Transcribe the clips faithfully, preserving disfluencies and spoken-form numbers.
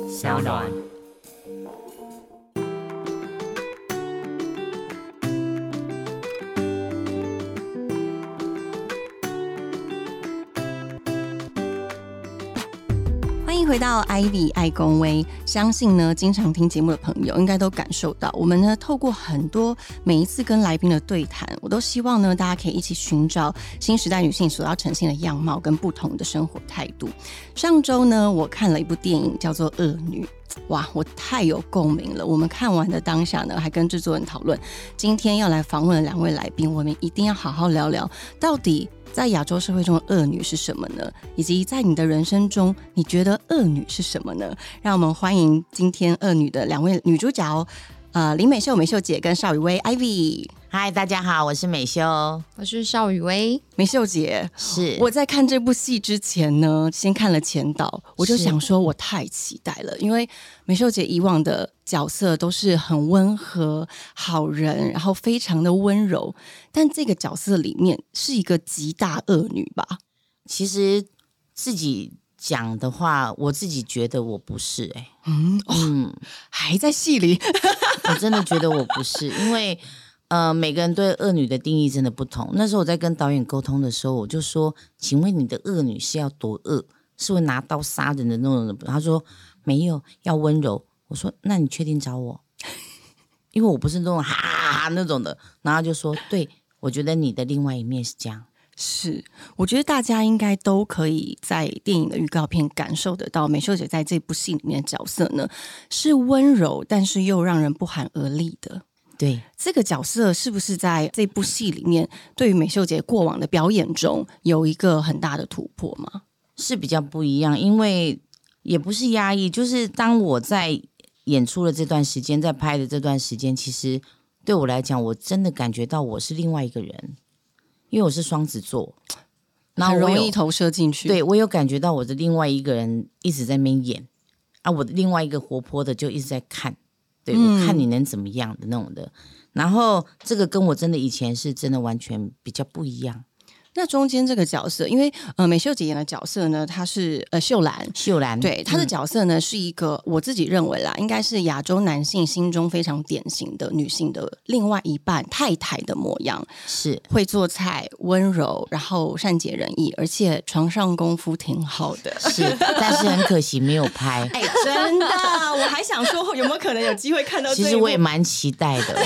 小暖。 欢迎回到 Ivy 爱公威，相信呢经常听节目的朋友应该都感受到，我们呢透过很多每一次跟来宾的对谈，我都希望呢大家可以一起寻找新时代女性所要呈现的样貌跟不同的生活态度。上周呢我看了一部电影叫做《恶女》，哇，我太有共鸣了。我们看完的当下呢还跟制作人讨论，今天要来访问的两位来宾，我们一定要好好聊聊到底在亚洲社会中的恶女是什么呢？以及在你的人生中，你觉得恶女是什么呢？让我们欢迎今天恶女的两位女主角，呃，林美秀、美秀姐跟邵雨薇 Ivy。 嗨，大家好，我是美秀， 我是邵雨薇。 美秀姐， 是我在看这部戏之前呢，先看了前导，我就想说我太期待了，因为美秀姐以往的角色都是很温和、好人，然后非常的温柔，但这个角色里面是一个极大恶女吧？ 其实自己讲的话，我自己觉得我不是、欸， 嗯嗯、哦，还在戏里， 我真的觉得我不是，因为。呃，每个人对恶女的定义真的不同。那时候我在跟导演沟通的时候，我就说：“请问你的恶女是要多恶？是会拿刀杀人的那种人？”他说：“没有，要温柔。”我说：“那你确定找我？因为我不是那种哈哈哈那种的。”然后他就说：“对，我觉得你的另外一面是这样。” 是，我觉得大家应该都可以在电影的预告片感受得到，美秀姐在这部戏里面的角色呢，是温柔，但是又让人不寒而栗的。 对， 这个角色是不是在这部戏里面对于美秀姐过往的表演中有一个很大的突破吗？ 是比较不一样，因为也不是压抑，就是当我在演出的这段时间，在拍的这段时间，其实对我来讲，我真的感觉到我是另外一个人，因为我是双子座，然后很容易投射进去。 对，我有感觉到我的另外一个人一直在那边演啊，我的另外一个活泼的就一直在看。对，我看你能怎么样的那种的、嗯、然后这个跟我真的以前是真的完全比较不一样。 那中间这个角色，因为呃美秀姐演的角色呢，她是呃秀兰， 秀兰， 对她的角色呢、嗯、是一个我自己认为啦，应该是亚洲男性心中非常典型的女性的另外一半太太的模样， 是会做菜、温柔，然后善解人意，而且床上功夫挺好的， 是，但是很可惜没有拍。 哎，真的，我还想说有没有可能有机会看到这一幕？ 其实我也蛮期待的，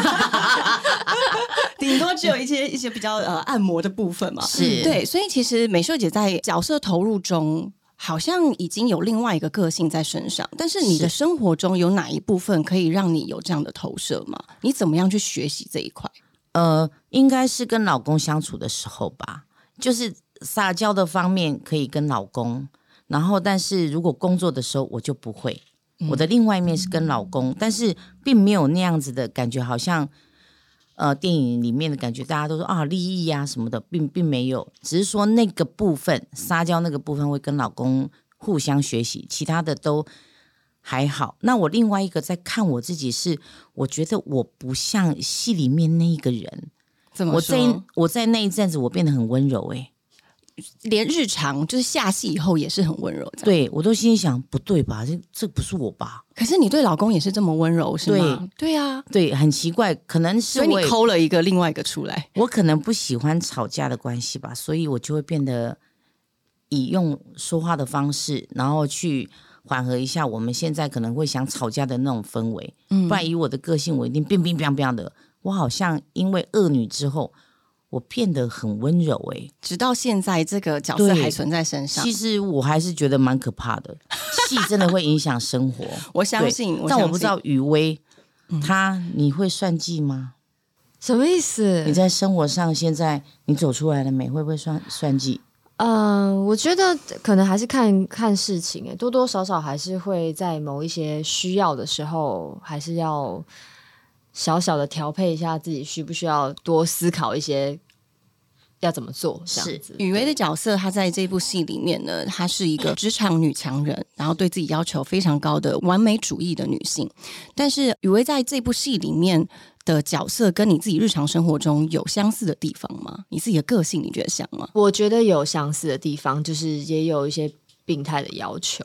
顶多只有一些一些比较呃按摩的部分嘛， 是对，所以其实美秀姐在角色投入中，好像已经有另外一个个性在身上，但是你的生活中有哪一部分可以让你有这样的投射吗？你怎么样去学习这一块？ 呃，应该是跟老公相处的时候吧，就是撒娇的方面可以跟老公，然后但是如果工作的时候我就不会。我的另外一面是跟老公、嗯、但是并没有那样子的感觉，好像呃电影里面的感觉大家都说啊利益啊什么的，并并没有，只是说那个部分撒娇那个部分会跟老公互相学习，其他的都还好。那我另外一个在看我自己是，我觉得我不像戏里面那一个人。 怎么说？ 我在我在那一阵子我变得很温柔哎、欸。 连日常就是下戏以后也是很温柔， 对，我都心里想不对吧，这这不是我吧？ 可是你对老公也是这么温柔是吗？对对啊， 对，很奇怪，可能是所以你抠了一个另外一个出来。 我可能不喜欢吵架的关系吧，所以我就会变得以用说话的方式，然后去缓和一下我们现在可能会想吵架的那种氛围。嗯，不然以我的个性，我一定变变变变的。我好像因为恶女之后。我变得很温柔哎、欸， 直到现在这个角色还存在身上。 其实我还是觉得蛮可怕的，戏真的会影响生活。 我相信， 但我不知道雨薇，她你会算计吗？ 什么意思？ 你在生活上现在你走出来了没？会不会算算计？ 嗯、呃，我觉得可能还是看看事情哎，多多少少还是会在某一些需要的时候，还是要小小的调配一下自己，需不需要多思考一些。要怎么做？这样子。 雨薇的角色，她在这部戏里面呢，她是一个职场女强人，然后对自己要求非常高的完美主义的女性。但是雨薇在这部戏里面的角色，跟你自己日常生活中有相似的地方吗？你自己的个性，你觉得像吗？ 我觉得有相似的地方，就是也有一些病态的要求。 比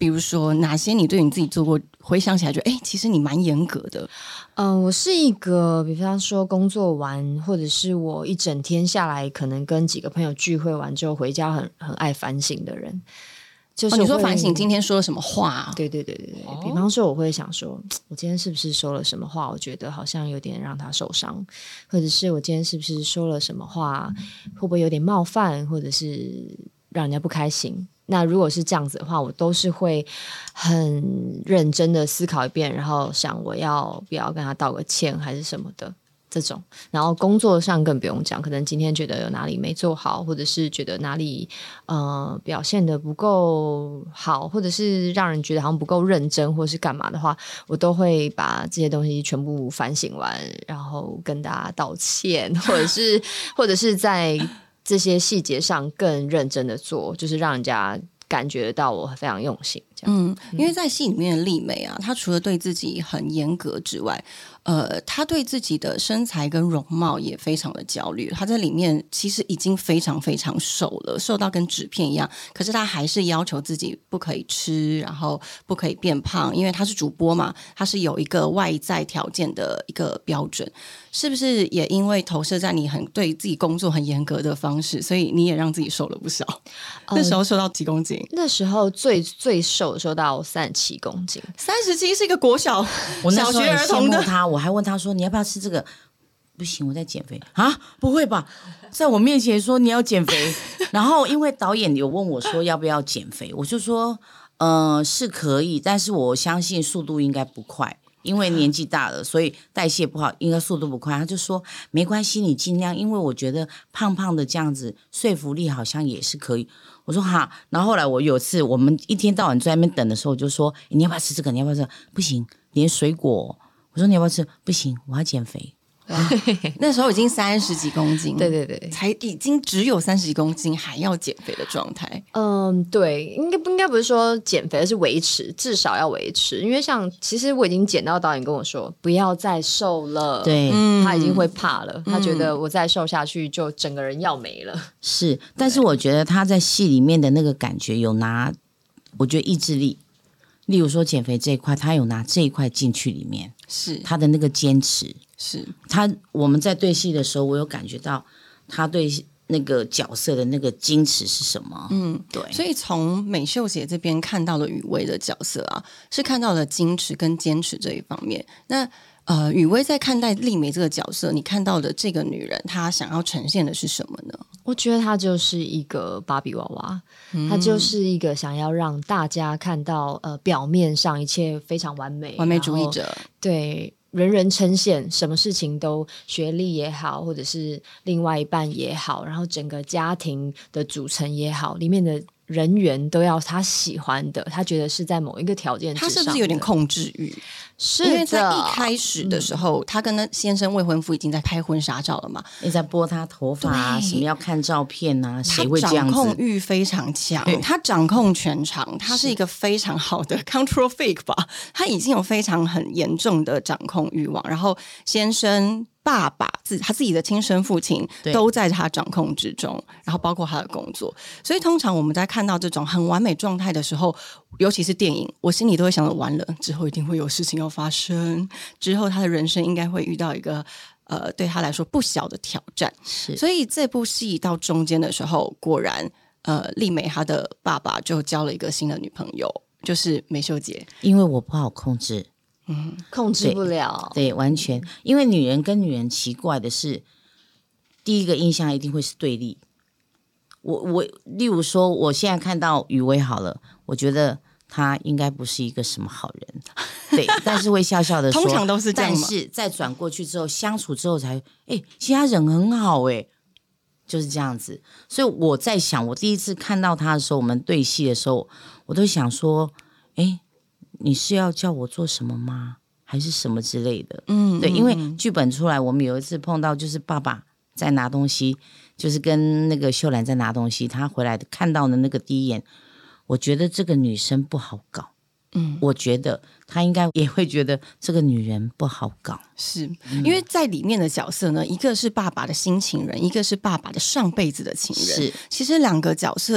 比如说哪些你对你自己做过，回想起来觉得哎，其实你蛮严格的。 嗯、呃，我是一个，比方说工作完，或者是我一整天下来，可能跟几个朋友聚会完之后回家很很爱反省的人。就是、 哦、你说反省今天说了什么话、啊？ 对对对对对、哦，比方说我会想说，我今天是不是说了什么话？我觉得好像有点让他受伤，或者是我今天是不是说了什么话，会不会有点冒犯，或者是让人家不开心？那如果是这样子的话，我都是会很认真的思考一遍，然后想我要不要跟他道个歉，还是什么的。这种，然后工作上更不用讲，可能今天觉得有哪里没做好，或者是觉得哪里呃表现得不够好，或者是让人觉得好像不够认真，或者是干嘛的话，我都会把这些东西全部反省完，然后跟大家道歉，或者是或者是在这些细节上更认真的做，就是让人家感觉到我非常用心。这样， 嗯，因为在戏里面的丽美啊，她除了对自己很严格之外，呃，她对自己的身材跟容貌也非常的焦虑。她在里面其实已经非常非常瘦了，瘦到跟纸片一样，可是她还是要求自己不可以吃，然后不可以变胖，因为她是主播嘛，她是有一个外在条件的一个标准。是不是也因为投射在你很对自己工作很严格的方式，所以你也让自己瘦了不少？呃、那时候瘦到几公斤？ 那时候最最瘦的时候到三十七公斤， 三十七是一个国小我那时候小学儿童的。 他，我还问他说：“你要不要吃这个？”不行，我在减肥啊！不会吧，在我面前说你要减肥。然后因为导演有问我说要不要减肥，我就说呃是可以，但是我相信速度应该不快。因为年纪大了，所以代谢不好，应该速度不快。他就说没关系，你尽量，因为我觉得胖胖的这样子说服力好像也是可以。我说哈，然后后来我有次我们一天到晚在那边等的时候，我就说你要不要吃这个？你要不要吃这个？不行，连水果。我说你要不要吃？不行，我要减肥。 那时候已经三十几公斤， 对对对， 才已经只有三十几公斤，还要减肥的状态。 嗯，对，应该不应该不是说减肥，而是维持，至少要维持。因为像其实我已经减到导演跟我说不要再瘦了， 对， 嗯、他已经会怕了，他觉得我再瘦下去就整个人要没了。 是，但是我觉得他在戏里面的那个感觉有拿，我觉得意志力。例如说减肥这一块，他有拿这一块进去里面， 是他的那个坚持。 是他我们在对戏的时候，我有感觉到他对那个角色的那个矜持是什么。嗯，对。 所以从美秀姐这边看到了雨薇的角色啊，是看到了矜持跟坚持这一方面。那呃，雨薇在看待丽美这个角色，你看到的这个女人，她想要呈现的是什么呢？ 我觉得她就是一个芭比娃娃，嗯、她就是一个想要让大家看到呃表面上一切非常完美， 完美主义者， 对。人人称羡，什么事情都学历也好，或者是另外一半也好，然后整个家庭的组成也好，里面的人员都要他喜欢的，他觉得是在某一个条件之上的。 他是不是有点控制欲？ 是的， 因为在一开始的时候，嗯、他跟那先生未婚夫已经在拍婚纱照了嘛， 你在拨他头发啊，什么要看照片啊，谁会这样子？ 他掌控欲非常强，他掌控全场，他是一个非常好的 control freak 吧，他已经有非常很严重的掌控欲望，然后先生。爸爸自他自己的亲生父亲都在他掌控之中，然后包括他的工作，所以通常我们在看到这种很完美状态的时候，尤其是电影，我心里都会想着完了之后一定会有事情要发生，之后他的人生应该会遇到一个呃对他来说不小的挑战。 是， 所以这部戏到中间的时候，果然呃丽美她的爸爸就交了一个新的女朋友，就是美秀姐， 因为我不好控制。 嗯，控制不了， 对，对，完全，因为女人跟女人奇怪的是，第一个印象一定会是对立。我我，例如说，我现在看到雨薇好了，我觉得她应该不是一个什么好人，对，但是会笑笑的说， 通常都是这样嘛。 但是再转过去之后，相处之后才，哎，其实她人很好，哎，就是这样子。所以我在想，我第一次看到她的时候，我们对戏的时候，我都想说，哎。你是要叫我做什么吗？还是什么之类的？嗯，对，因为剧本出来，我们有一次碰到，就是爸爸在拿东西，就是跟那个秀兰在拿东西，他回来看到的那个第一眼，我觉得这个女生不好搞。嗯，我觉得他应该也会觉得这个女人不好搞， 是、嗯、因为在里面的角色呢，一个是爸爸的新情人，一个是爸爸的上辈子的情人。 是， 其实两个角色。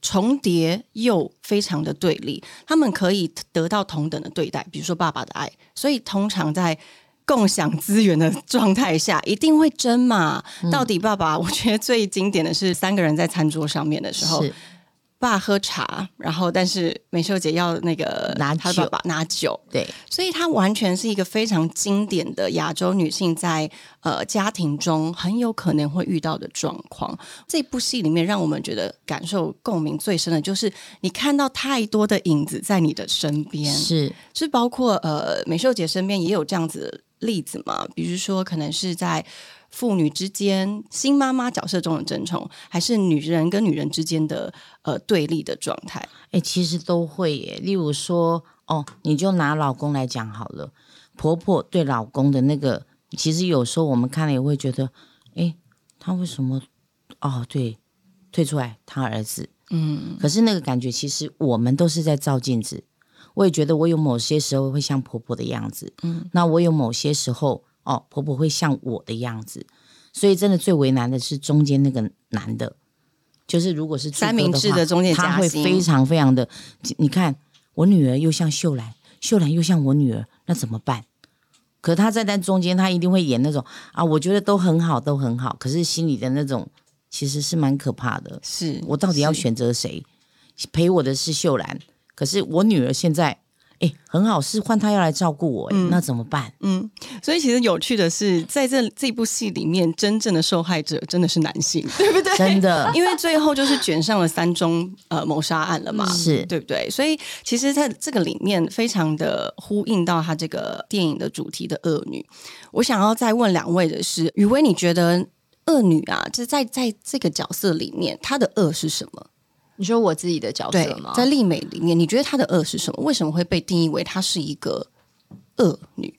重叠又非常的对立，他们可以得到同等的对待，比如说爸爸的爱，所以通常在共享资源的状态下一定会争嘛、嗯、到底爸爸，我觉得最经典的是三个人在餐桌上面的时候，爸喝茶，然后但是美秀姐要那个拿她爸爸拿酒， 对， 所以她完全是一个非常经典的亚洲女性在呃家庭中很有可能会遇到的状况。这部戏里面让我们觉得感受共鸣最深的就是你看到太多的影子在你的身边， 是是包括呃美秀姐身边也有这样子的例子嘛，比如说可能是在父女之间新妈妈角色中的争宠，还是女人跟女人之间的呃对立的状态。 哎、欸，其实都会耶。例如说哦，你就拿老公来讲好了，婆婆对老公的那个，其实有时候我们看了也会觉得，哎、欸，他为什么哦对退出来他儿子，嗯，可是那个感觉其实我们都是在照镜子。我也觉得我有某些时候会像婆婆的样子，嗯，那我有某些时候哦，婆婆会像我的样子，所以真的最为难的是中间那个男的，就是如果是三明治的中间夹心， 他会非常非常的，你看我女儿又像秀兰，秀兰又像我女儿，那怎么办？可他在在中间，他一定会演那种啊，我觉得都很好，都很好，可是心里的那种其实是蛮可怕的。 是我到底要选择谁？陪我的是秀兰。可是我女儿现在哎很好，是换她要来照顾我，嗯，那怎么办？ 嗯，所以其实有趣的是，在这这部戏里面，真正的受害者真的是男性，对不对？ 真的， 因为最后就是卷上了三宗呃谋杀案了嘛， 是对不对？所以其实在这个里面，非常的呼应到他这个电影的主题的恶女。我想要再问两位的是，雨薇，你觉得恶女啊，就在在这个角色里面，她的恶是什么？ 你说我自己的角色吗？ 在丽美里面，你觉得她的恶是什么？为什么会被定义为她是一个恶女？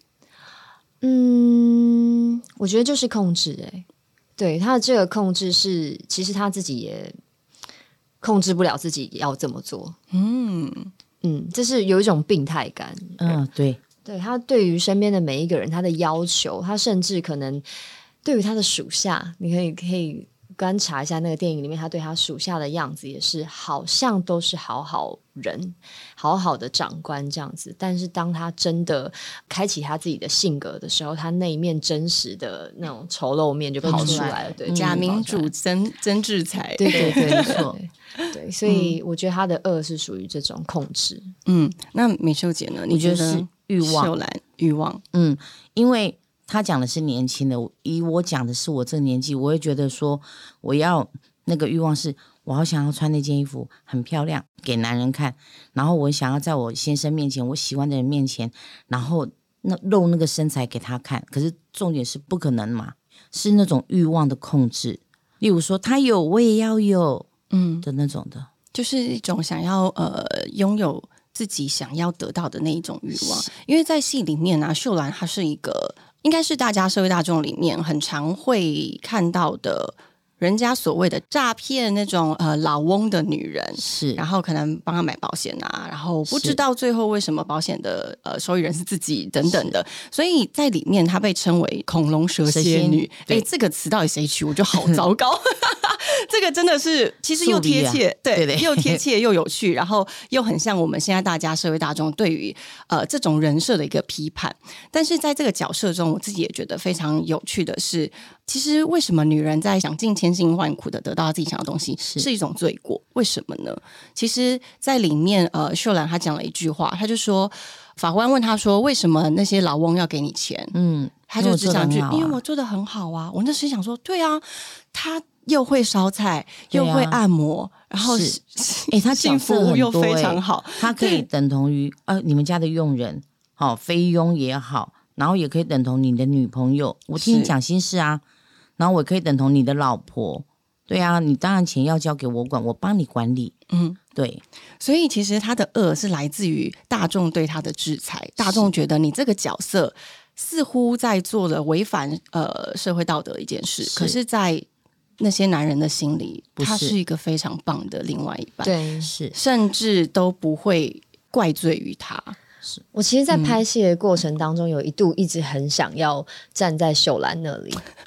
嗯，我觉得就是控制、欸。哎，对，她的这个控制是，其实她自己也控制不了自己要这么做。嗯嗯，这是有一种病态感。 嗯，对， 对，她对于身边的每一个人，她的要求，她甚至可能对于她的属下，你可以可以。观察一下那个电影里面他对他属下的样子，也是好像都是好好人好好的长官这样子，但是当他真的开启他自己的性格的时候，他那一面真实的那种丑陋面就跑出来了。对， 假民主真真制裁， 对对对，没错。对，所以我觉得他的恶是属于这种控制。 嗯，那美秀姐呢？你觉得是欲望？ 秀兰欲望， 嗯，因为他讲的是年轻的，以我讲的是我这个年纪，我会觉得说我要那个欲望是我好想要穿那件衣服很漂亮给男人看，然后我想要在我先生面前，我喜欢的人面前，然后那露那个身材给他看，可是重点是不可能嘛，是那种欲望的控制，例如说他有我也要有嗯的那种的， 就是一种想要呃拥有自己想要得到的那一种欲望。因为在戏里面啊，秀兰她是一个应该是大家社会大众里面很常会看到的人家所谓的诈骗那种呃老翁的女人， 是， 然后可能帮他买保险啊，然后不知道最后为什么保险的呃受益人是自己等等的，所以在里面她被称为恐龙蛇蝎女。哎，这个词到底谁取？我觉得好糟糕。这个真的是其实又贴切，啊、对, 对, 对，又贴切又有趣，然后又很像我们现在大家社会大众对于呃这种人设的一个批判。但是在这个角色中，我自己也觉得非常有趣的是，其实为什么女人在想尽千辛万苦的得到自己想要的东西是, 是一种罪过？为什么呢？其实，在里面，呃，秀兰她讲了一句话，她就说，法官问她说，为什么那些老翁要给你钱？嗯，她就只讲句，因为我做得很好啊。我那时想说，对啊，他又会烧菜，又会按摩，啊、然后是， 哎，他性服务又非常好， 他可以等同于呃你们家的佣人，好、哦，菲佣也好，然后也可以等同你的女朋友。我听你讲心事啊，然后我可以等同你的老婆。对啊，你当然钱要交给我管，我帮你管理。嗯，对。 所以其实他的恶是来自于大众对他的制裁，大众觉得你这个角色似乎在做了违反呃社会道德的一件事，是可是在那些男人的心里，他是一个非常棒的另外一半， 对， 是， 甚至都不会怪罪于他。 是我其实在拍戏的过程当中、嗯、有一度一直很想要站在秀兰那里，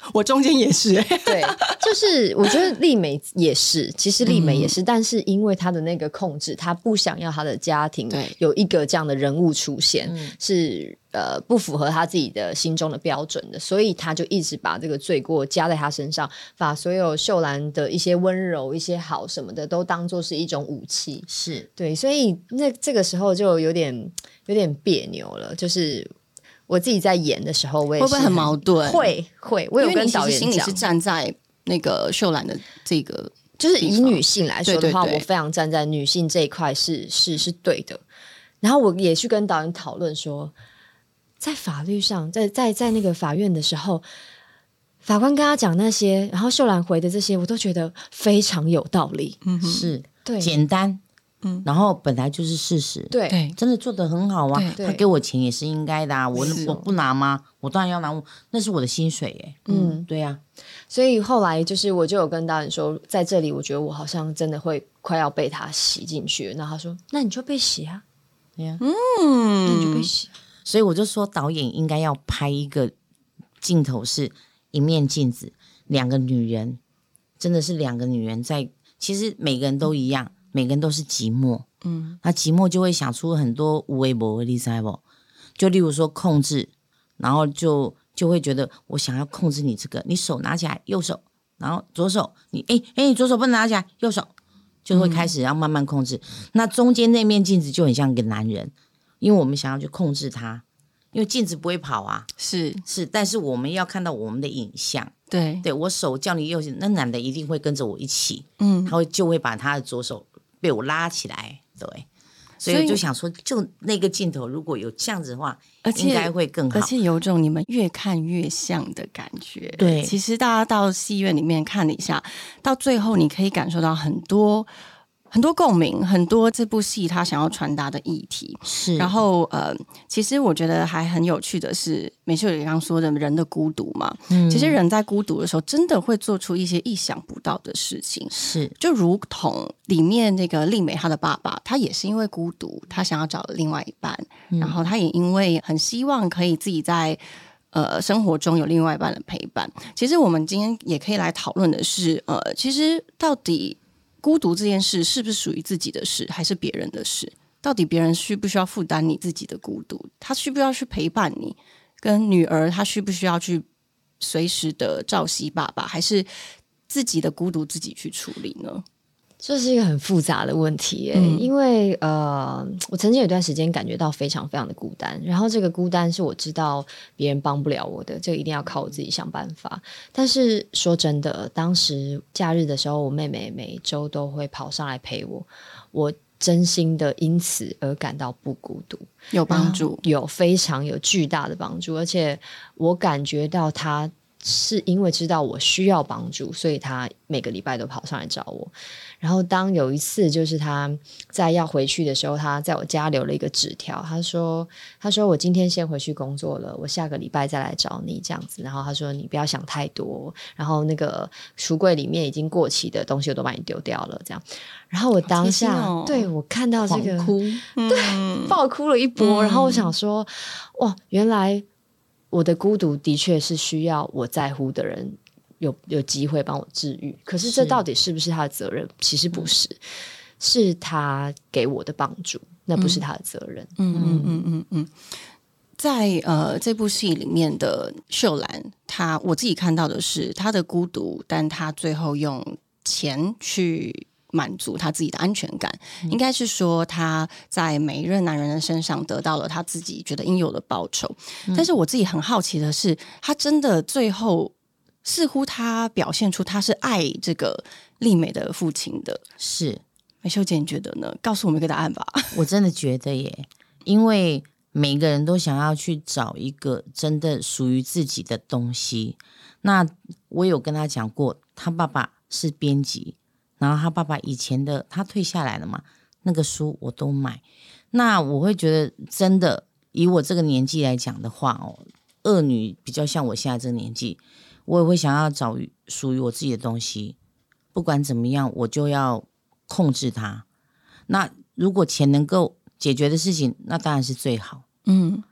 我中间也是、欸， 对，就是我觉得丽美也是，其实丽美也是，嗯、但是因为她的那个控制，她不想要她的家庭有一个这样的人物出现，是呃不符合她自己的心中的标准的，所以她就一直把这个罪过加在她身上，把所有秀兰的一些温柔、一些好什么的都当作是一种武器， 是对，所以那这个时候就有点有点别扭了，就是。我自己在演的时候，我也是会不会很矛盾？ 会会，我有跟导演讲， 因为你其实心里是站在那个秀兰的这个， 就是以女性来说的话， 对对对， 我非常站在女性这一块是是是对的。然后我也去跟导演讨论说，在法律上，在在在那个法院的时候，法官跟他讲那些，然后秀兰回的这些，我都觉得非常有道理， 嗯，是对， 简单。嗯，然后本来就是事实， 对， 真的做得很好啊。他给我钱也是应该的啊，我我不拿吗？我当然要拿，那是我的薪水耶。嗯，对呀、啊。 所以后来就是我就有跟导演说，在这里我觉得我好像真的会快要被他洗进去。然后他说：“那你就被洗啊， 对呀、啊， 嗯，那你就被洗。” 所以我就说，导演应该要拍一个镜头，是一面镜子，两个女人，真的是两个女人在，其实每个人都一样。每个人都是寂寞，嗯，那寂寞就会想出很多无微博的例子，就例如说控制，然后就就会觉得我想要控制你这个，你手拿起来，右手，然后左手，你哎哎，你左手不能拿起来，右手就会开始要慢慢控制。嗯、那中间那面镜子就很像一个男人，因为我们想要去控制他，因为镜子不会跑啊， 是是，但是我们要看到我们的影像。 对， 对我手叫你右手，那男的一定会跟着我一起，嗯，他会就会把他的左手被我拉起来，对，所以我就想说，就那个镜头如果有这样子的话，应该会更好， 而且有种你们越看越像的感觉。 对， 其实大家到戏院里面看了一下，到最后你可以感受到很多。很多共鸣，很多这部戏他想要传达的议题是。 然后呃，其实我觉得还很有趣的是，美秀也刚刚说的人的孤独嘛，嗯，其实人在孤独的时候，真的会做出一些意想不到的事情。 是， 就如同里面那个丽美她的爸爸，他也是因为孤独，他想要找另外一半，嗯、然后他也因为很希望可以自己在。呃，生活中有另外一半的陪伴。其实我们今天也可以来讨论的是，呃，其实到底孤独这件事是不是属于自己的事，还是别人的事？到底别人需不需要负担你自己的孤独？他需不需要去陪伴你？跟女儿，他需不需要去随时的照惜爸爸？还是自己的孤独自己去处理呢？ 这是一个很复杂的问题耶、嗯、因为呃，我曾经有段时间感觉到非常非常的孤单，然后这个孤单是我知道别人帮不了我的，这个一定要靠我自己想办法。但是说真的，当时假日的时候，我妹妹每周都会跑上来陪我，我真心的因此而感到不孤独， 有帮助， 有非常有巨大的帮助，而且我感觉到她是因为知道我需要帮助，所以她每个礼拜都跑上来找我。然后当有一次就是他在要回去的时候，他在我家留了一个纸条，他说他说我今天先回去工作了，我下个礼拜再来找你这样子。然后他说你不要想太多，然后那个橱柜里面已经过期的东西我都把你丢掉了这样。然后我当下、哦、对我看到这个哭对爆哭了一波、嗯、然后我想说哇，原来我的孤独的确是需要我在乎的人有有机会帮我治愈，可是这到底是不是他的责任？其实不是，是他给我的帮助，那不是他的责任。 嗯嗯嗯嗯嗯，在呃这部戏里面的秀兰，她我自己看到的是她的孤独，但她最后用钱去满足他自己的安全感、嗯、应该是说他在每一任男人的身上得到了他自己觉得应有的报酬、嗯、但是我自己很好奇的是，他真的最后似乎他表现出他是爱这个丽美的父亲的。 是， 美秀姐你觉得呢？告诉我们一个答案吧。 我真的觉得耶，因为每个人都想要去找一个真的属于自己的东西。那我有跟他讲过，他爸爸是编辑，然后他爸爸以前的他退下来了嘛，那个书我都买。那我会觉得真的以我这个年纪来讲的话哦，二女比较像我现在这个年纪，我也会想要找属于我自己的东西，不管怎么样我就要控制它。那如果钱能够解决的事情，那当然是最好。嗯，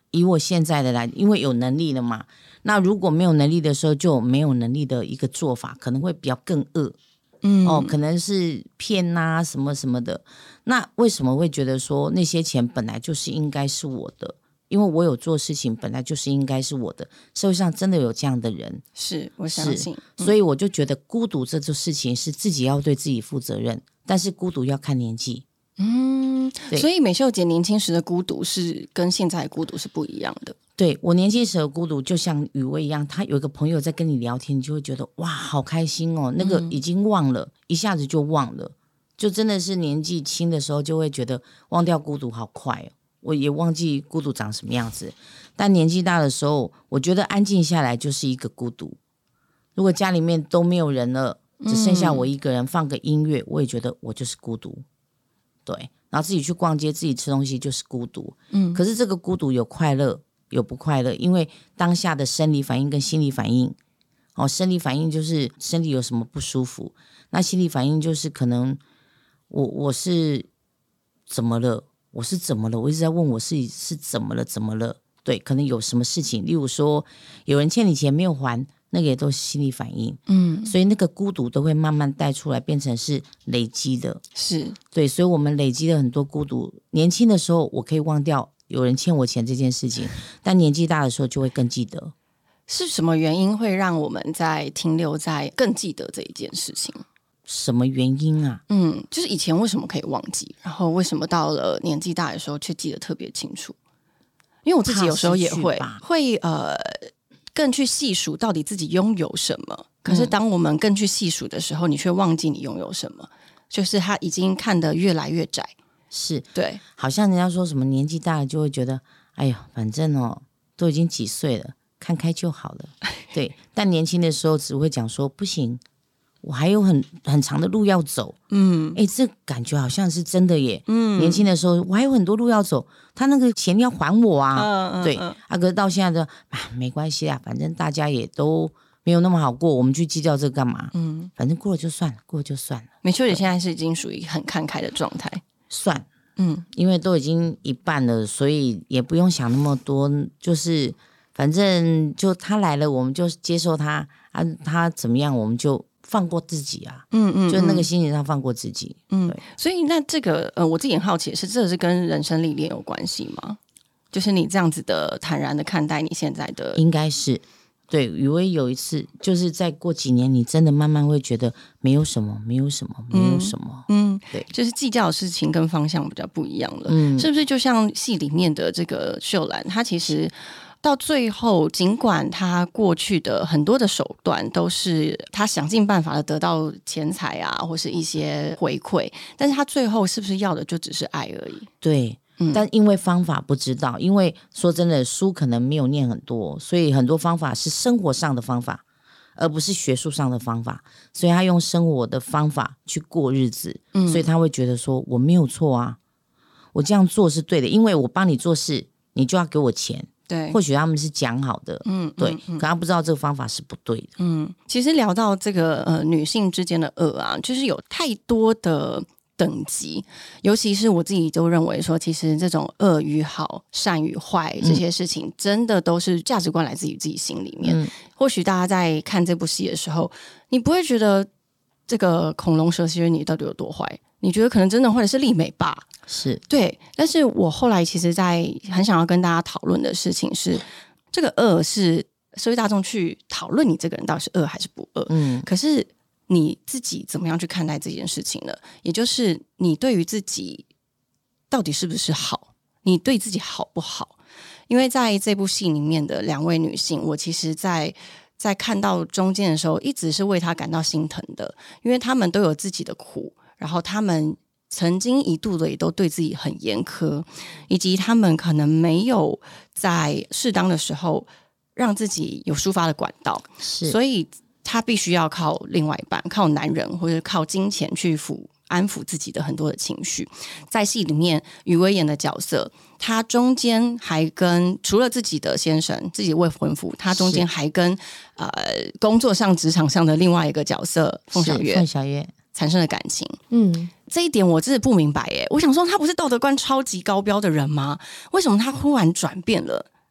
以我现在的来，因为有能力了嘛，那如果没有能力的时候，就没有能力的一个做法，可能会比较更恶。嗯，哦，可能是骗啊什么什么的。那为什么会觉得说那些钱本来就是应该是我的？因为我有做事情本来就是应该是我的。社会上真的有这样的人， 是我相信。 嗯、所以我就觉得孤独这件事情是自己要对自己负责任，但是孤独要看年纪。 嗯，所以美秀姐年轻时的孤独是跟现在的孤独是不一样的。 对，我年轻时的孤独就像雨薇一样，他有一个朋友在跟你聊天，你就会觉得哇好开心哦，那个已经忘了、嗯、一下子就忘了，就真的是年纪轻的时候就会觉得忘掉孤独好快哦。我也忘记孤独长什么样子，但年纪大的时候我觉得安静下来就是一个孤独。如果家里面都没有人了，只剩下我一个人，放个音乐我也觉得我就是孤独。对，然后自己去逛街自己吃东西就是孤独。嗯，可是这个孤独有快乐有不快乐，因为当下的生理反应跟心理反应，哦，生理反应就是身体有什么不舒服，那心理反应就是可能我我是怎么了，我是怎么了，我一直在问我是是怎么了怎么了，对，可能有什么事情，例如说有人欠你钱没有还，那个也都是心理反应。嗯，所以那个孤独都会慢慢带出来，变成是累积的。 是对，所以我们累积了很多孤独。年轻的时候我可以忘掉有人欠我钱这件事情，但年纪大的时候就会更记得。 是什么原因会让我们在停留在更记得这一件事情？ 什么原因啊？ 嗯，就是以前为什么可以忘记，然后为什么到了年纪大的时候却记得特别清楚？因为我自己有时候也会会呃更去细数到底自己拥有什么，可是当我们更去细数的时候，你却忘记你拥有什么，就是它已经看得越来越窄。 是， 对， 好像人家说什么年纪大了就会觉得哎呀反正哦都已经几岁了，看开就好了。对，但年轻的时候只会讲说不行，我还有很很长的路要走。嗯，哎，这感觉好像是真的耶。嗯，年轻的时候我还有很多路要走，他那个钱要还我啊。嗯嗯，对，啊，可是到现在的啊没关系啊，反正大家也都没有那么好过，我们去计较这个干嘛？嗯，反正过了就算了，过了就算了。 美秀姐现在是已经属于很看开的状态。 算，嗯，因为都已经一半了，所以也不用想那么多，就是反正就他来了，我们就接受他啊，他怎么样，我们就放过自己啊，嗯 嗯, 嗯，就那个心情上放过自己，嗯， 所以那这个呃，我自己很好奇的是，这是跟人生历练有关系吗？就是你这样子的坦然的看待你现在的， 应该是。对，雨薇有一次就是再过几年你真的慢慢会觉得没有什么没有什么没有什么，嗯，对， 就是计较的事情跟方向比较不一样了。嗯，是不是就像戏里面的这个秀兰，她其实到最后尽管她过去的很多的手段都是她想尽办法的得到钱财啊或是一些回馈，但是她最后是不是要的就只是爱而已？ 对，但因为方法不知道，因为说真的书可能没有念很多，所以很多方法是生活上的方法而不是学术上的方法，所以他用生活的方法去过日子，嗯，所以他会觉得说我没有错啊，我这样做是对的，因为我帮你做事你就要给我钱。 对， 或许他们是讲好的，嗯，对，嗯嗯，可他不知道这个方法是不对的。 嗯，其实聊到这个呃女性之间的恶啊，就是有太多的等级，尤其是我自己都认为说，其实这种恶与好、善与坏这些事情，真的都是价值观来自于自己心里面。嗯，或许大家在看这部戏的时候，你不会觉得这个恐龙蛇蝎女到底有多坏，你觉得可能真的坏的是丽美吧？ 是， 对。但是我后来其实在很想要跟大家讨论的事情是，这个恶是社会大众去讨论你这个人到底是恶还是不恶，嗯，可是你自己怎么样去看待这件事情呢？也就是你对于自己到底是不是好，你对自己好不好？因为在这部戏里面的两位女性，我其实在在看到中间的时候一直是为她感到心疼的，因为她们都有自己的苦，然后她们曾经一度的也都对自己很严苛，以及她们可能没有在适当的时候让自己有抒发的管道， 是， 所以他必须要靠另外一半，靠男人或者靠金钱去抚安抚自己的很多的情绪。在戏里面余薇演的角色，他中间还跟除了自己的先生自己的未婚夫，他中间还跟呃工作上职场上的另外一个角色凤小岳凤小岳产生了感情。嗯，这一点我真的不明白耶。我想说他不是道德观超级高标的人吗？为什么他忽然转变了？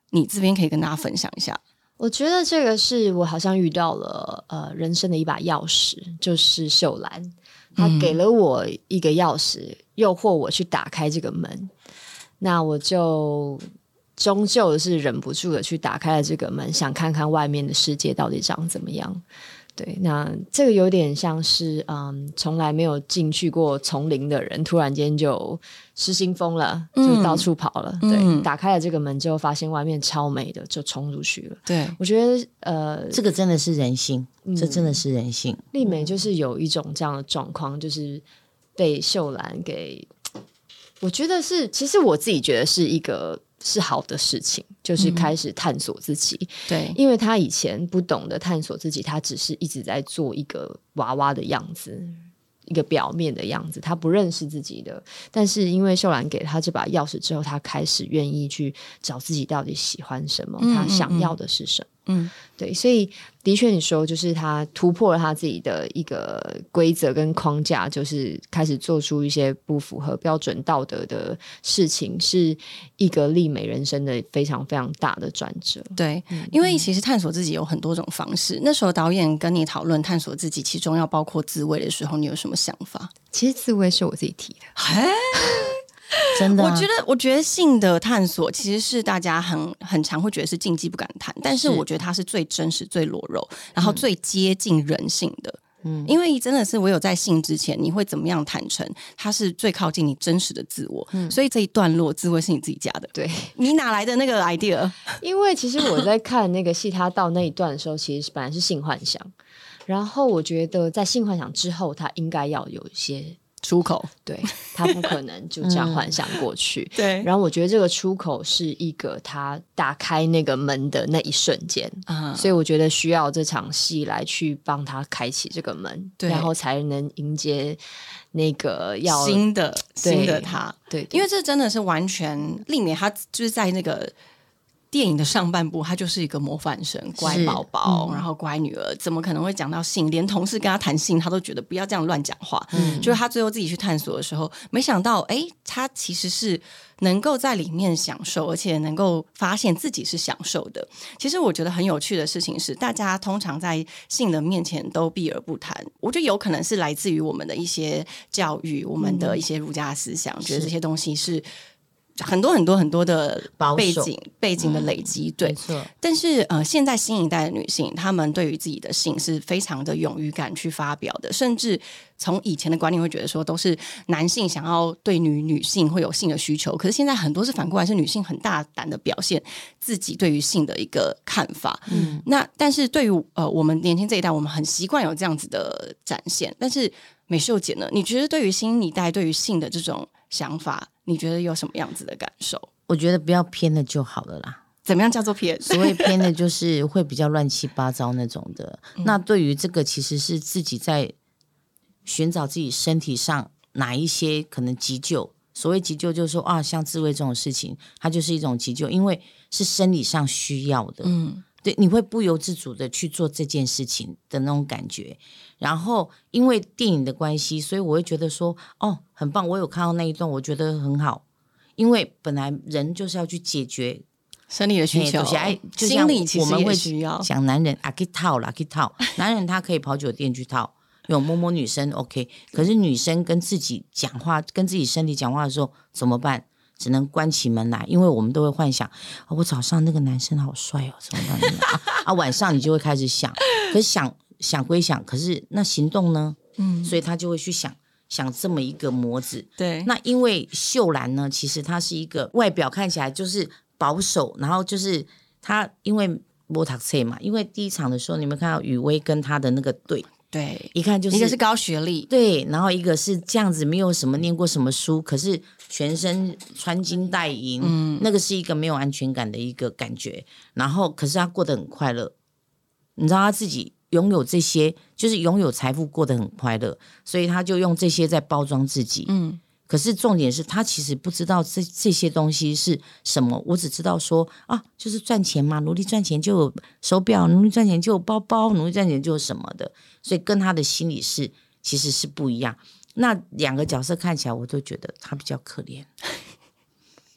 你这边可以跟大家分享一下？ 我觉得这个是我好像遇到了呃人生的一把钥匙，就是秀兰，她给了我一个钥匙，诱惑我去打开这个门，那我就终究是忍不住的去打开了这个门，想看看外面的世界到底长怎么样。对，那这个有点像是嗯，从来没有进去过丛林的人，突然间就失心疯了，就到处跑了。嗯、对，打开了这个门之后，发现外面超美的，就冲出去了。 对， 我觉得呃， 这个真的是人性，嗯、这真的是人性。 丽美就是有一种这样的状况，就是被秀兰给，我觉得是，其实我自己觉得是一个。是好的事情，就是开始探索自己、嗯、 对， 因为他以前不懂得探索自己，他只是一直在做一个娃娃的样子，一个表面的样子，他不认识自己的。但是因为秀兰给他这把钥匙之后，他开始愿意去找自己到底喜欢什么、嗯、他想要的是什么。嗯，对，所以的确你说就是他突破了他自己的一个规则跟框架，就是开始做出一些不符合标准道德的事情，是一个丽美人生的非常非常大的转折。 对、嗯、因为其实探索自己有很多种方式，那时候导演跟你讨论探索自己其中要包括自慰的时候，你有什么想法？ 其实自慰是我自己提的。 真的、啊， 我觉得，我觉得性的探索其实是大家很很常会觉得是禁忌不敢谈，但是我觉得它是最真实、最裸露，然后最接近人性的。嗯，因为真的是唯有在性之前，你会怎么样坦诚，它是最靠近你真实的自我。嗯，所以这一段落自慰是你自己加的， 对， 你哪来的那个 idea？ 因为其实我在看那个戏，他到那一段的时候，其实本来是性幻想，然后我觉得在性幻想之后，他应该要有一些。 出口， 对，他不可能就这样幻想过去、嗯、 对， 然后我觉得这个出口是一个他打开那个门的那一瞬间、嗯、所以我觉得需要这场戏来去帮他开启这个门，对，然后才能迎接那个要新的新的他， 对, 对, 对，因为这真的是完全丽美他就是在那个电影的上半部，他就是一个模范生，乖宝宝、嗯，然后乖女儿，怎么可能会讲到性？连同事跟他谈性，他都觉得不要这样乱讲话。嗯，就是他最后自己去探索的时候，没想到，哎，他其实是能够在里面享受，而且能够发现自己是享受的。其实我觉得很有趣的事情是，大家通常在性的面前都避而不谈。我觉得有可能是来自于我们的一些教育，我们的一些儒家思想，嗯、觉得这些东西是。很多很多很多的背景背景的累积、嗯、对， 没错。 但是呃，现在新一代的女性，她们对于自己的性是非常的勇于敢去发表的，甚至从以前的观念会觉得说，都是男性想要对女女性会有性的需求，可是现在很多是反过来，是女性很大胆的表现自己对于性的一个看法。嗯，那但是对于呃我们年轻这一代，我们很习惯有这样子的展现，但是美秀姐呢？你觉得对于新一代对于性的这种想法，你觉得有什么样子的感受？ 我觉得不要偏了就好了啦。 怎么样叫做偏？ 所谓偏的就是会比较乱七八糟那种的、嗯、那对于这个其实是自己在寻找自己身体上哪一些可能急救。所谓急救就是说啊，像自慰这种事情它就是一种急救，因为是生理上需要的。嗯，对，你会不由自主的去做这件事情的那种感觉。然后因为电影的关系，所以我会觉得说哦很棒，我有看到那一段我觉得很好，因为本来人就是要去解决生理的需求， 就像我们会需要想男人啊去套啦去套，男人他可以跑酒店去套，有摸摸女生 OK， 可是女生跟自己讲话跟自己身体讲话的时候怎么办？只能关起门来，因为我们都会幻想、哦、我早上那个男生好帅哦，怎么办啊, 啊晚上你就会开始想，可是想想归想，可是那行动呢？嗯，所以他就会去想想这么一个模子。 对， 那因为秀兰呢，其实她是一个外表看起来就是保守，然后就是她因为没读册嘛，因为第一场的时候你们看到雨薇跟她的那个对。 对， 一看就是一个是高学历， 对，然后一个是这样子没有什么念过什么书，可是全身穿金戴银、嗯、那个是一个没有安全感的一个感觉，然后可是他过得很快乐，你知道他自己拥有这些就是拥有财富过得很快乐，所以他就用这些在包装自己。嗯，可是重点是他其实不知道这这些东西是什么，我只知道说啊，就是赚钱嘛，努力赚钱就有手表，努力赚钱就有包包，努力赚钱就有什么的，所以跟他的心理是其实是不一样。那两个角色看起来我都觉得他比较可怜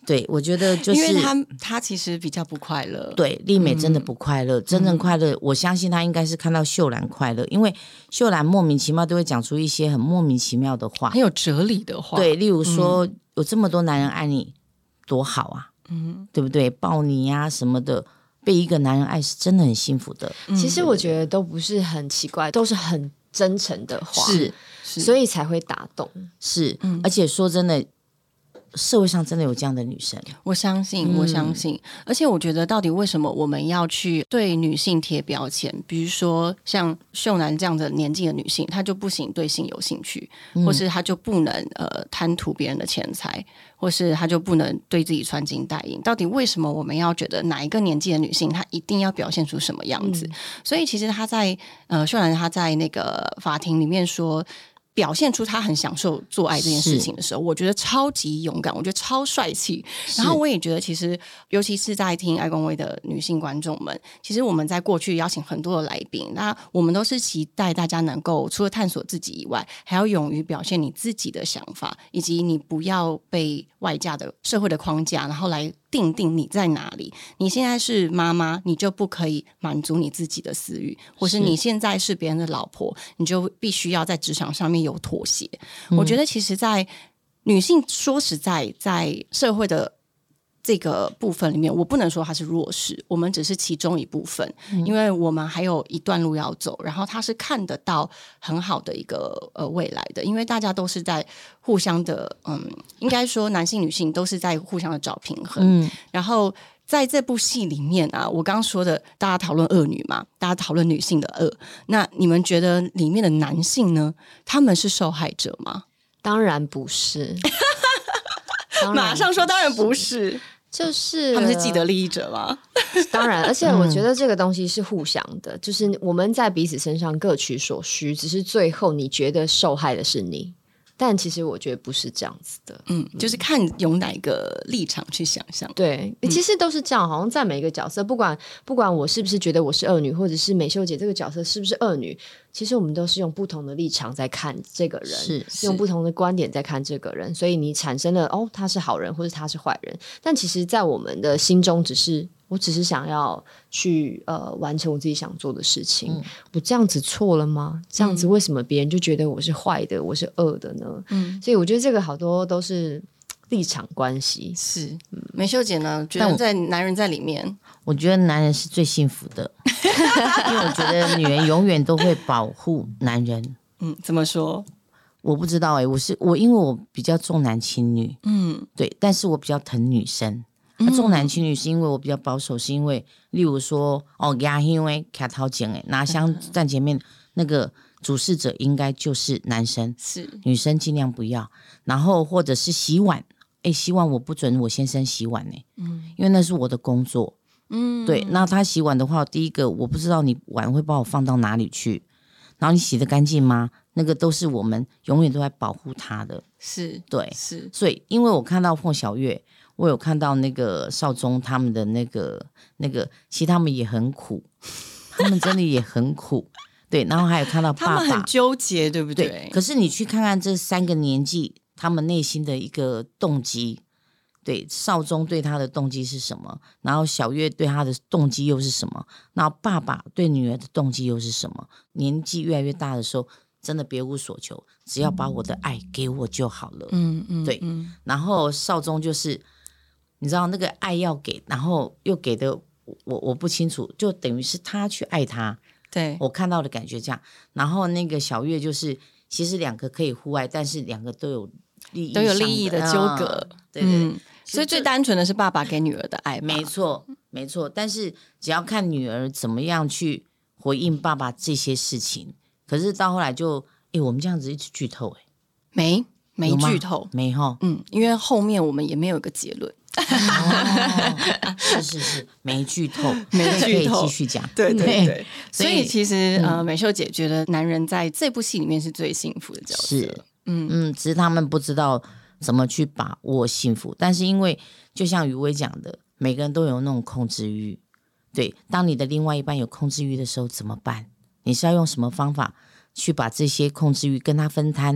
对，我觉得就是因为他他其实比较不快乐。 对，丽美真的不快乐，嗯、真正快乐，我相信她应该是看到秀兰快乐，因为秀兰莫名其妙都会讲出一些很莫名其妙的话， 很有哲理的话。 对，例如说、嗯、有这么多男人爱你，多好啊， 嗯， 对不对？抱你呀、啊、什么的。被一个男人爱是真的很幸福的。 其实我觉得都不是很奇怪，都是很真诚的话， 是， 是所以才会打动。 是、嗯，而且说真的，社会上真的有这样的女生， 我相信，我相信。嗯、而且我觉得，到底为什么我们要去对女性贴标签？比如说像秀楠这样的年纪的女性，她就不行对性有兴趣，嗯、或是她就不能呃贪图别人的钱财。或是她就不能对自己穿金戴银，到底为什么我们要觉得哪一个年纪的女性她一定要表现出什么样子？嗯、所以其实她在呃秀兰她在那个法庭里面说，表现出她很享受做爱这件事情的时候，我觉得超级勇敢，我觉得超帅气。然后我也觉得，其实尤其是在听爱公威的女性观众们，其实我们在过去邀请很多的来宾，那我们都是期待大家能够除了探索自己以外，还要勇于表现你自己的想法，以及你不要被外价的社会的框架，然后来定定你在哪里。你现在是妈妈，你就不可以满足你自己的私欲，或是你现在是别人的老婆，你就必须要在职场上面有妥协。嗯、我觉得其实在女性说实在在社会的这个部分里面，我不能说它是弱势，我们只是其中一部分、嗯、因为我们还有一段路要走，然后它是看得到很好的一个呃未来的，因为大家都是在互相的嗯，应该说男性女性都是在互相的找平衡、嗯、然后在这部戏里面啊，我刚刚说的大家讨论恶女嘛，大家讨论女性的恶，那你们觉得里面的男性呢，他们是受害者吗？ 当然不是马上说当然不是， 就是他们是既得利益者吗？ 当然，而且我觉得这个东西是互相的、嗯、就是我们在彼此身上各取所需，只是最后你觉得受害的是你，但其实我觉得不是这样子的。 嗯，就是看有哪个立场去想象。 对、嗯、其实都是这样，好像在每一个角色，不管不管我是不是觉得我是恶女，或者是美秀姐这个角色是不是恶女，其实我们都是用不同的立场在看这个人， 是用不同的观点在看这个人，所以你产生了哦他是好人或者他是坏人，但其实在我们的心中只是我只是想要去呃完成我自己想做的事情、嗯、我这样子错了吗？这样子为什么别人就觉得我是坏的、嗯、我是恶的呢？嗯，所以我觉得这个好多都是立场关系。 是、嗯、美秀姐呢觉得在男人在里面， 我觉得男人是最幸福的因为我觉得女人永远都会保护男人。 嗯，怎么说？ 我不知道哎、欸，我是我因为我比较重男轻女，嗯，对，但是我比较疼女生。那、啊、重男轻女是因为我比较保守，是因为例如说哦，牙因为卡掏钱哎，拿香站前面那个主事者应该就是男生， 是女生尽量不要。然后或者是洗碗，哎，洗碗我不准我先生洗碗哎，嗯，因为那是我的工作，嗯，对。那他洗碗的话，第一个我不知道你碗会把我放到哪里去，然后你洗得干净吗？那个都是我们永远都在保护他的， 是对， 是。 所以因为我看到凤小岳。我有看到那个少宗他们的那个那个，其实他们也很苦，他们真的也很苦，对。然后还有看到爸爸， 他们很纠结，对不对？ 对。可是你去看看这三个年纪，他们内心的一个动机，对，少宗对他的动机是什么？然后小岳对他的动机又是什么？然后爸爸对女儿的动机又是什么？年纪越来越大的时候，真的别无所求，只要把我的爱给我就好了。嗯嗯，对。然后少宗就是。你知道那个爱要给，然后又给的我我不清楚，就等于是他去爱他， 对我看到的感觉这样。然后那个小岳就是，其实两个可以互爱，但是两个都有利益都有利益的纠葛， 嗯、对对对、嗯。 所以最单纯的是爸爸给女儿的爱， 没错没错。但是只要看女儿怎么样去回应爸爸这些事情，可是到后来就，哎，我们这样子一直剧透，哎， 没没剧透， 没哈， 嗯，因为后面我们也没有一个结论。 哦，是是是，没剧透， 没剧透， 可以继续讲。 对对对，所以其实、嗯、呃，美秀姐觉得男人在这部戏里面是最幸福的角色。 是，嗯嗯，只是他们不知道怎么去把握幸福。但是因为就像雨薇讲的，每个人都有那种控制欲。对，当你的另外一半有控制欲的时候怎么办？你是要用什么方法去把这些控制欲跟他分摊？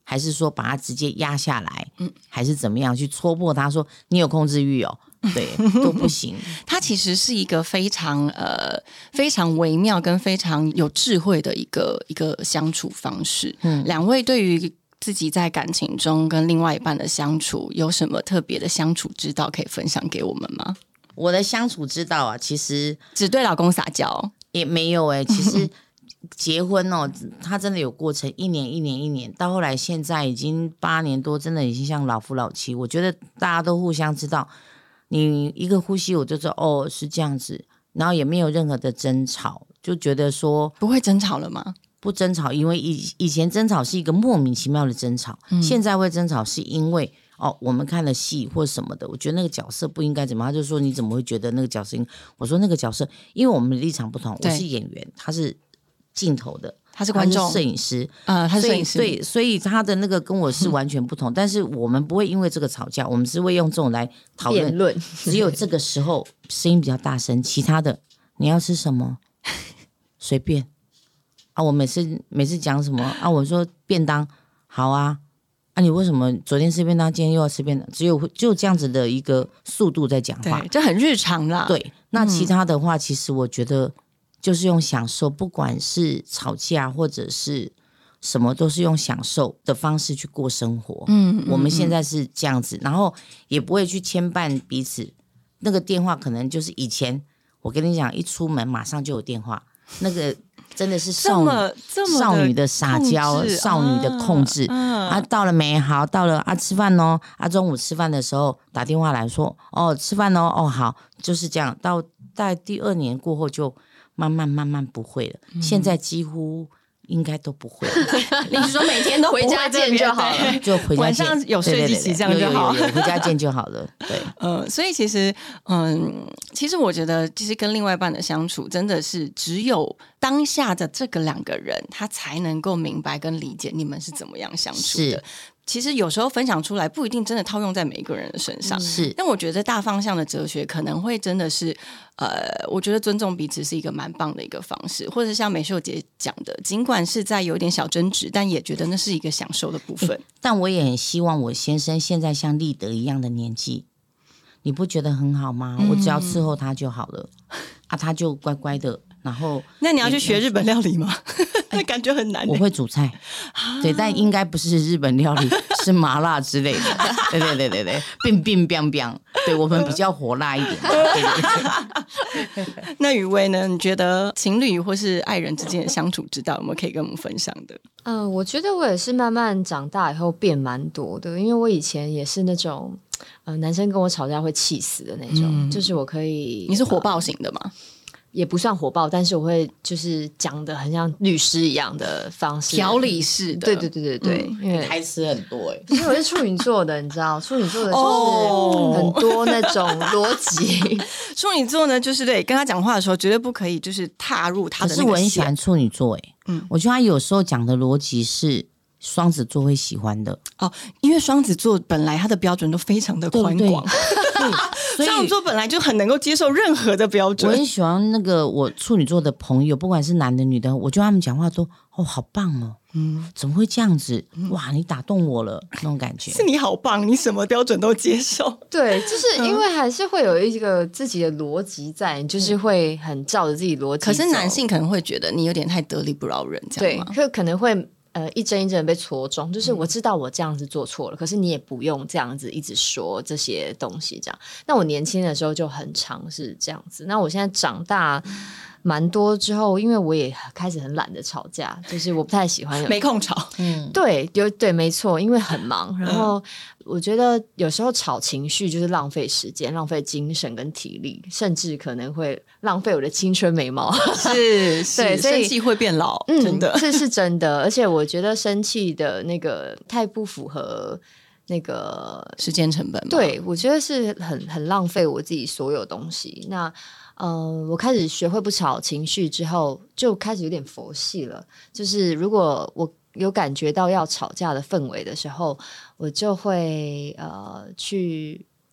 还是说把它直接压下来，嗯，还是怎么样去戳破他说你有控制欲哦，对，都不行。 它其实是一个非常呃非常微妙跟非常有智慧的一个一个相处方式。嗯，两位对于自己在感情中跟另外一半的相处有什么特别的相处之道可以分享给我们吗？ 我的相处之道啊，其实只对老公撒娇也没有哎、欸，其实。结婚哦，他真的有过程，一年一年一年，到后来现在已经八年多，真的已经像老夫老妻。我觉得大家都互相知道，你一个呼吸我就知道哦是这样子，然后也没有任何的争吵，就觉得说不会争吵了吗？ 不争吵，因为以以前争吵是一个莫名其妙的争吵，嗯、现在会争吵是因为哦我们看了戏或什么的，我觉得那个角色不应该怎么样，他就说你怎么会觉得那个角色？我说那个角色，因为我们的立场不同，我是演员，他是。镜头的， 他是观众， 摄影师， 呃，他是摄影师， 对，所以他的那个跟我是完全不同。嗯、但是我们不会因为这个吵架，我们是会用这种来讨论。 论只有这个时候声音比较大声，其他的你要吃什么随便啊。我每次每次讲什么啊，我说便当好啊，啊你为什么昨天吃便当，今天又要吃便当？只有就这样子的一个速度在讲话， 对，就很日常啦。 对，那其他的话，嗯、其实我觉得。就是用享受，不管是吵架或者是什么，都是用享受的方式去过生活。嗯，我们现在是这样子，然后也不会去牵绊彼此。那个电话可能就是以前，我跟你讲，一出门马上就有电话，那个真的是少女少女的撒娇，少女的控制。啊，啊到了没？好，到了啊，吃饭哦。啊，中午吃饭的时候打电话来说，哦，吃饭哦，哦，好，就是这样。到大概第二年过后就。慢慢慢慢不会了，嗯、现在几乎应该都不会了。 你是说每天都回家见就好了， 就回家见， 晚上有睡几起这样就好， 有有有有回家见就好了。对， 呃，所以其实，嗯，其实我觉得，其实跟另外一半的相处，真的是只有当下的这个两个人，他才能够明白跟理解你们是怎么样相处的。其实有时候分享出来不一定真的套用在每一个人的身上， 是。 但我觉得大方向的哲学可能会真的是，呃，我觉得尊重彼此是一个蛮棒的一个方式，或者像美秀姐讲的，尽管是在有一点小争执，但也觉得那是一个享受的部分。欸、 但我也很希望我先生现在像立德一样的年纪，你不觉得很好吗？嗯、我只要伺候他就好了，啊，他就乖乖的。然后， 那你要去学日本料理吗？那感觉很难、欸。 我会煮菜，对，但应该不是日本料理，是麻辣之类的。对对对对对，冰冰冰冰，对我们比较火辣一点。对对对那雨薇呢？你觉得情侣或是爱人之间的相处之道，有没有可以跟我们分享的？ 嗯、呃，我觉得我也是慢慢长大以后变蛮多的，因为我以前也是那种，呃，男生跟我吵架会气死的那种，嗯、就是我可以， 你是火爆型的吗？ 也不算火爆，但是我会就是讲的很像律师一样的方式， 条理式的。 对对对对对， 嗯、因为台词很多哎、 欸。因为我是处女座的，你知道，处女座的就是很多那种逻辑。 处女座呢，就是对跟他讲话的时候，绝对不可以就是踏入他的那个线。 可是我很喜欢处女座哎、欸，嗯，我觉得他有时候讲的逻辑是双子座会喜欢的哦，因为双子座本来他的标准都非常的宽广。对，双子座本来就很能够接受任何的标准。 我很喜欢那个我处女座的朋友，不管是男的女的，我觉得他们讲话都哦好棒哦，嗯，怎么会这样子？哇，你打动我了，那种感觉。 是你好棒，你什么标准都接受。 对，就是因为还是会有一个自己的逻辑在，你就是会很照着自己逻辑。 可是男性可能会觉得你有点太得理不饶人，这样吗？ 对，可能会。呃，一针一针被戳中，就是我知道我这样子做错了，嗯、可是你也不用这样子一直说这些东西，这样。那我年轻的时候就很常是这样子，那我现在长大蛮多之后，因为我也开始很懒得吵架，就是我不太喜欢有没空吵， 嗯，对，有对，没错，因为很忙，然后我觉得有时候吵情绪就是浪费时间、浪费精神跟体力，甚至可能会浪费我的青春美貌。 是，是对，所以生气会变老，嗯、真的， 这是真的。而且我觉得生气的那个太不符合那个时间成本嘛， 对，我觉得是很很浪费我自己所有东西。那呃，我开始学会不吵情绪之后，就开始有点佛系了。就是如果我有感觉到要吵架的氛围的时候，我就会呃去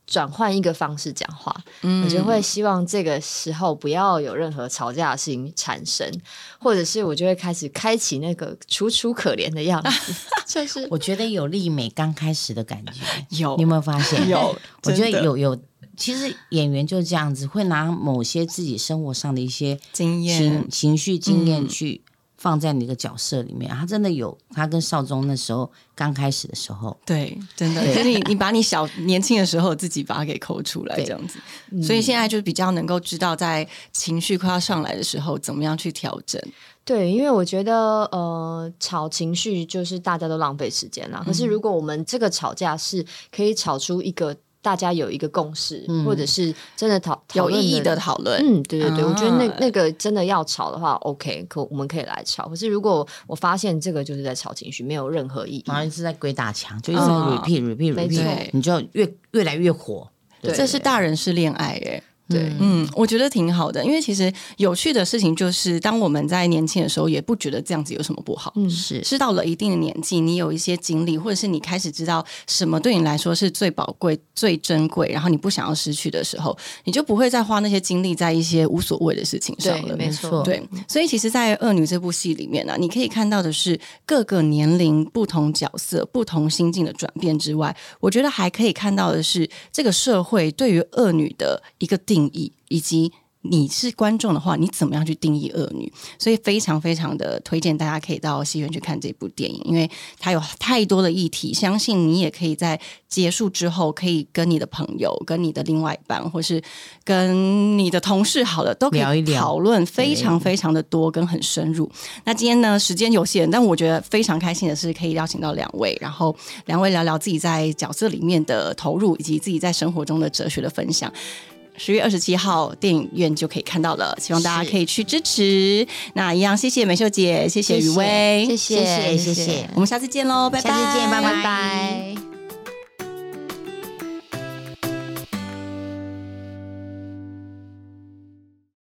转换一个方式讲话， 嗯我就会希望这个时候不要有任何吵架的事情产生，或者是我就会开始开启那个楚楚可怜的样子，就是我觉得有丽美刚开始的感觉， 有你有没有发现？ 有， 我觉得真的有有。其实演员就是这样子，会拿某些自己生活上的一些经验情情绪经验嗯去放在你的角色里面。他真的有，他跟少宗那时候刚开始的时候， 对，真的，可是你你把你小年轻的时候自己把它给抠出来，这样子，所以现在就比较能够知道在情绪快要上来的时候，怎么样去调整。 对，因为我觉得呃，吵情绪就是大家都浪费时间啦。可是如果我们这个吵架是可以吵出一个大家有一个共识， 嗯或者是真的讨有意义的讨论， 嗯，对对对， 啊我觉得那那个真的要吵的话 ，OK， 可我们可以来吵。可是如果我发现这个就是在吵情绪，没有任何意义， 然后一直在鬼打墙，就一直在嗯 repeat repeat 没错 repeat，你就越越来越火。 对这是大人式恋爱耶。 对， 嗯，我觉得挺好的，因为其实有趣的事情就是，当我们在年轻的时候，也不觉得这样子有什么不好。 嗯， 是是到了一定的年纪，你有一些经历，或者是你开始知道什么对你来说是最宝贵、最珍贵，然后你不想要失去的时候，你就不会再花那些精力在一些无所谓的事情上对， 了。 没错， 对，所以其实，在《恶女》这部戏里面呢、啊，你可以看到的是各个年龄、不同角色、不同心境的转变之外，我觉得还可以看到的是这个社会对于恶女的一个定义，以及你是观众的话，你怎么样去定义恶女？所以非常非常的推荐大家可以到戏院去看这部电影，因为它有太多的议题，相信你也可以在结束之后，可以跟你的朋友、跟你的另外一半，或是跟你的同事，好了，都可以聊一聊讨论非常非常的多，跟很深入。那今天呢，时间有限，但我觉得非常开心的是可以邀请到两位，然后两位聊聊自己在角色里面的投入，以及自己在生活中的哲学的分享。十月二十七号电影院就可以看到了，希望大家可以去支持。那一样，谢谢美秀姐，谢谢雨薇， 谢谢谢谢谢谢， 我们下次见喽，拜拜， 下次见，拜拜拜拜。